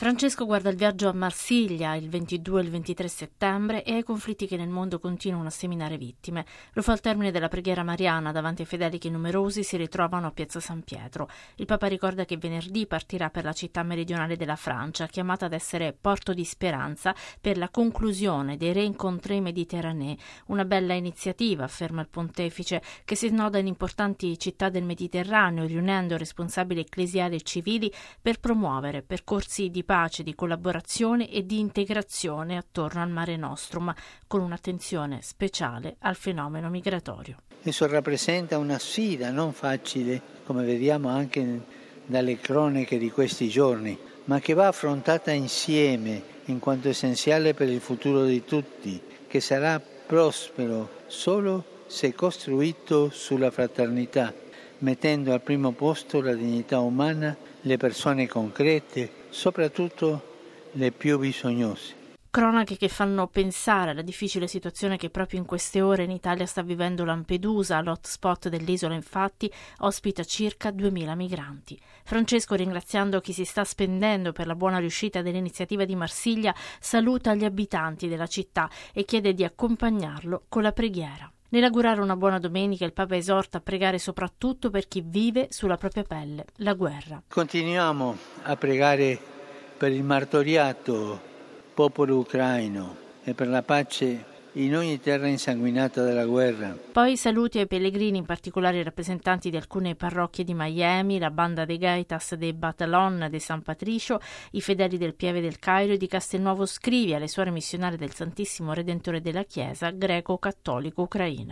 Francesco guarda il viaggio a Marsiglia il 22 e il 23 settembre e ai conflitti che nel mondo continuano a seminare vittime. Lo fa al termine della preghiera mariana davanti ai fedeli che numerosi si ritrovano a Piazza San Pietro. Il Papa ricorda che venerdì partirà per la città meridionale della Francia, chiamata ad essere porto di speranza per la conclusione dei Rencontres Méditerranée. Una bella iniziativa, afferma il pontefice, che si snoda in importanti città del Mediterraneo, riunendo responsabili ecclesiali e civili per promuovere percorsi di pace, di collaborazione e di integrazione attorno al Mare Nostrum, con un'attenzione speciale al fenomeno migratorio. Esso rappresenta una sfida non facile, come vediamo anche dalle cronache di questi giorni, ma che va affrontata insieme in quanto essenziale per il futuro di tutti, che sarà prospero solo se costruito sulla fraternità, mettendo al primo posto la dignità umana, le persone concrete, soprattutto le più bisognose. Cronache che fanno pensare alla difficile situazione che proprio in queste ore in Italia sta vivendo Lampedusa. L'hotspot dell'isola infatti ospita circa 2000 migranti. Francesco, ringraziando chi si sta spendendo per la buona riuscita dell'iniziativa di Marsiglia, saluta gli abitanti della città e chiede di accompagnarlo con la preghiera. Nell'augurare una buona domenica, il Papa esorta a pregare soprattutto per chi vive sulla propria pelle la guerra. Continuiamo a pregare per il martoriato popolo ucraino e per la pace in ogni terra insanguinata dalla guerra. Poi saluti ai pellegrini, in particolare i rappresentanti di alcune parrocchie di Miami, la banda dei Gaitas de Batalon de San Patricio, i fedeli del Pieve del Cairo e di Castelnuovo Scrivia, le suore missionarie del Santissimo Redentore della Chiesa greco-cattolico ucraina.